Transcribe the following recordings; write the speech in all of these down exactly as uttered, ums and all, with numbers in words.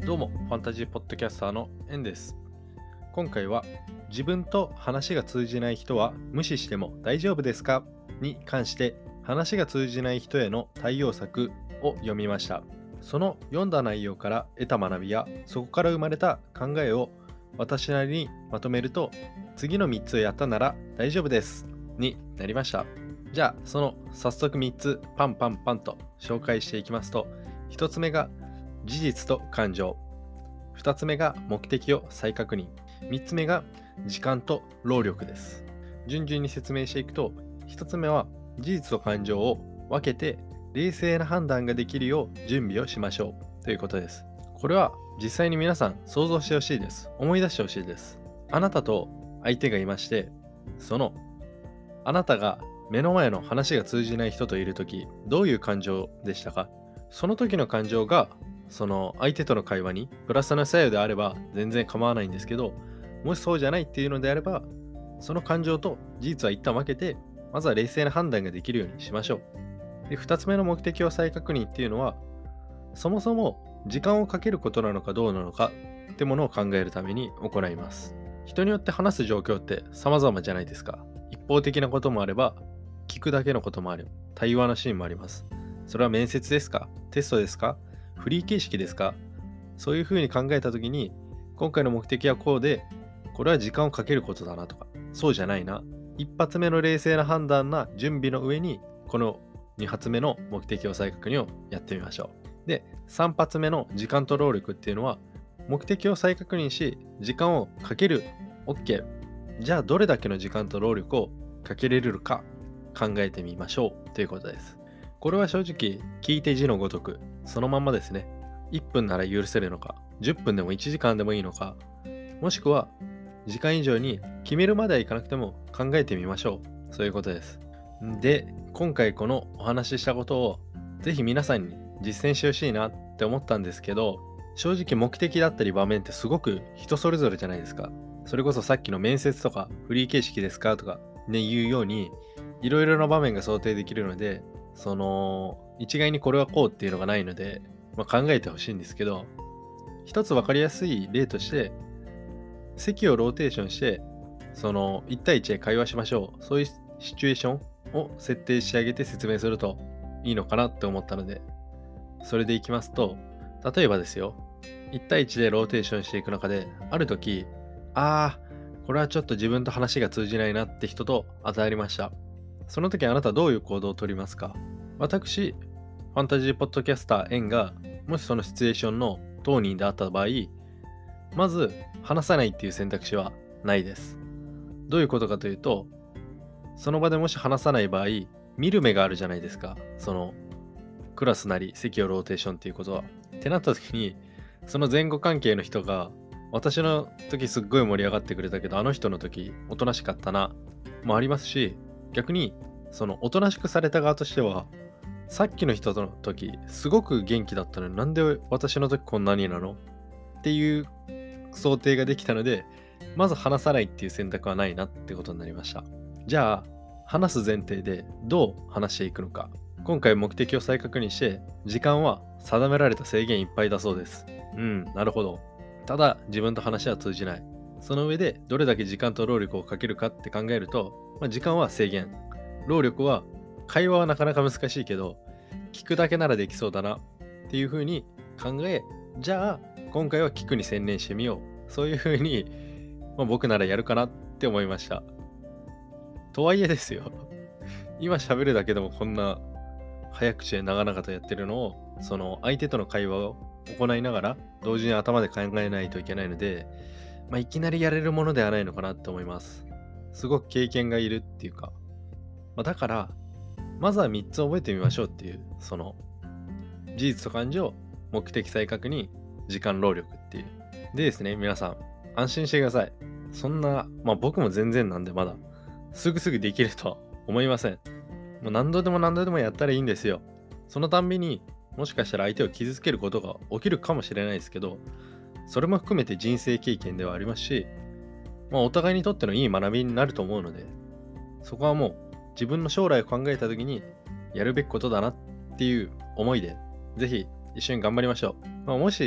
どうも、ファンタジーポッドキャスターのエンです。今回は、自分と話が通じない人は無視しても大丈夫ですかに関して、話が通じない人への対応策を読みました。その読んだ内容から得た学びや、そこから生まれた考えを私なりにまとめると、次のみっつをやったなら大丈夫ですになりました。じゃあ、その早速みっつパンパンパンと紹介していきますと、ひとつめが事実と感情、ふたつめが目的を再確認、みっつめが時間と労力です。順々に説明していくと、ひとつめは事実と感情を分けて冷静な判断ができるよう準備をしましょうということです。これは実際に皆さん想像してほしいです。思い出してほしいです。あなたと相手がいまして、そのあなたが目の前の話が通じない人といるとき、どういう感情でしたか？その時の感情がその相手との会話にプラスの作用であれば全然構わないんですけど、もしそうじゃないっていうのであれば、その感情と事実は一旦分けて、まずは冷静な判断ができるようにしましょう。で、二つ目の目的を再確認っていうのは、そもそも時間をかけることなのかどうなのかってものを考えるために行います。人によって話す状況って様々じゃないですか。一方的なこともあれば、聞くだけのこともある。対話のシーンもあります。それは面接ですか？テストですか？フリー形式ですか？そういうふうに考えたときに、今回の目的はこうで、これは時間をかけることだなとか、そうじゃないな。一発目の冷静な判断な準備の上に、この二発目の目的を再確認をやってみましょう。で、三発目の時間と労力っていうのは、目的を再確認し、時間をかける OK。じゃあ、どれだけの時間と労力をかけれるか考えてみましょうということです。これは正直、聞いて字のごとく、そのまんまですね。いっぷんなら許せるのか、じゅっぷんでもいちじかんでもいいのか、もしくは、時間以上に決めるまではいかなくても考えてみましょう。そういうことです。で、今回このお話ししたことを、ぜひ皆さんに実践してほしいなって思ったんですけど、正直目的だったり場面ってすごく人それぞれじゃないですか。それこそさっきの面接とかフリー形式ですかとかね言うように、いろいろな場面が想定できるので、その一概にこれはこうっていうのがないので、まあ、考えてほしいんですけど、一つ分かりやすい例として、席をローテーションして、そのいち対いちで会話しましょう。そういうシチュエーションを設定してあげて説明するといいのかなって思ったので、それでいきますと、例えばですよ、いち対いちでローテーションしていく中で、ある時、あー、これはちょっと自分と話が通じないなって人と当たりました。その時あなたはどういう行動をとりますか？私、ファンタジーポッドキャスターエンが、もしそのシチュエーションの当人であった場合、まず話さないっていう選択肢はないです。どういうことかというと、その場でもし話さない場合、見る目があるじゃないですか。そのクラスなり席をローテーションっていうことは。ってなった時に、その前後関係の人が、私の時すっごい盛り上がってくれたけど、あの人の時おとなしかったな、もありますし、逆に、そのおとなしくされた側としては、さっきの人の時、すごく元気だったのになんで私の時こんなになのっていう想定ができたので、まず話さないっていう選択はないなってことになりました。じゃあ、話す前提でどう話していくのか。今回目的を再確認して、時間は定められた制限いっぱいだそうです。うん、なるほど。ただ、自分と話は通じない。その上で、どれだけ時間と労力をかけるかって考えると、まあ、時間は制限。労力は、会話はなかなか難しいけど、聞くだけならできそうだなっていう風に考え、じゃあ、今回は聞くに専念してみよう。そういう風に、まあ、僕ならやるかなって思いました。とはいえですよ。今喋るだけでもこんな早口で長々とやってるのを、その相手との会話を行いながら、同時に頭で考えないといけないので、まあ、いきなりやれるものではないのかなって思います。すごく経験がいるっていうか、まあ、だから、まずはみっつ覚えてみましょうっていう、その、事実と感情、目的再確認、時間労力っていう。でですね、皆さん、安心してください。そんな、まあ僕も全然なんでまだ、すぐすぐできるとは思いません。もう何度でも何度でもやったらいいんですよ。そのたんびにもしかしたら相手を傷つけることが起きるかもしれないですけど、それも含めて人生経験ではありますし、まあお互いにとってのいい学びになると思うので、そこはもう自分の将来を考えた時にやるべきことだなっていう思いで、ぜひ一緒に頑張りましょう。まあ、もし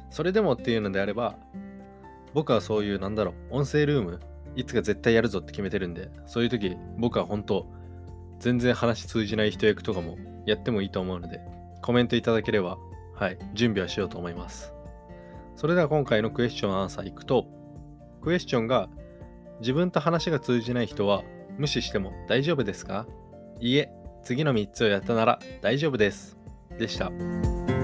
それでもっていうのであれば、僕はそういうなんだろう、音声ルーム、いつか絶対やるぞって決めてるんで、そういう時僕は本当、全然話通じない人役とかもやってもいいと思うので、コメントいただければ、はい、準備はしようと思います。それでは今回のクエスチョンアンサーいくと、クエスチョンが、自分と話が通じない人は無視しても大丈夫ですか？いいえ、次のみっつをやったなら大丈夫です。でした。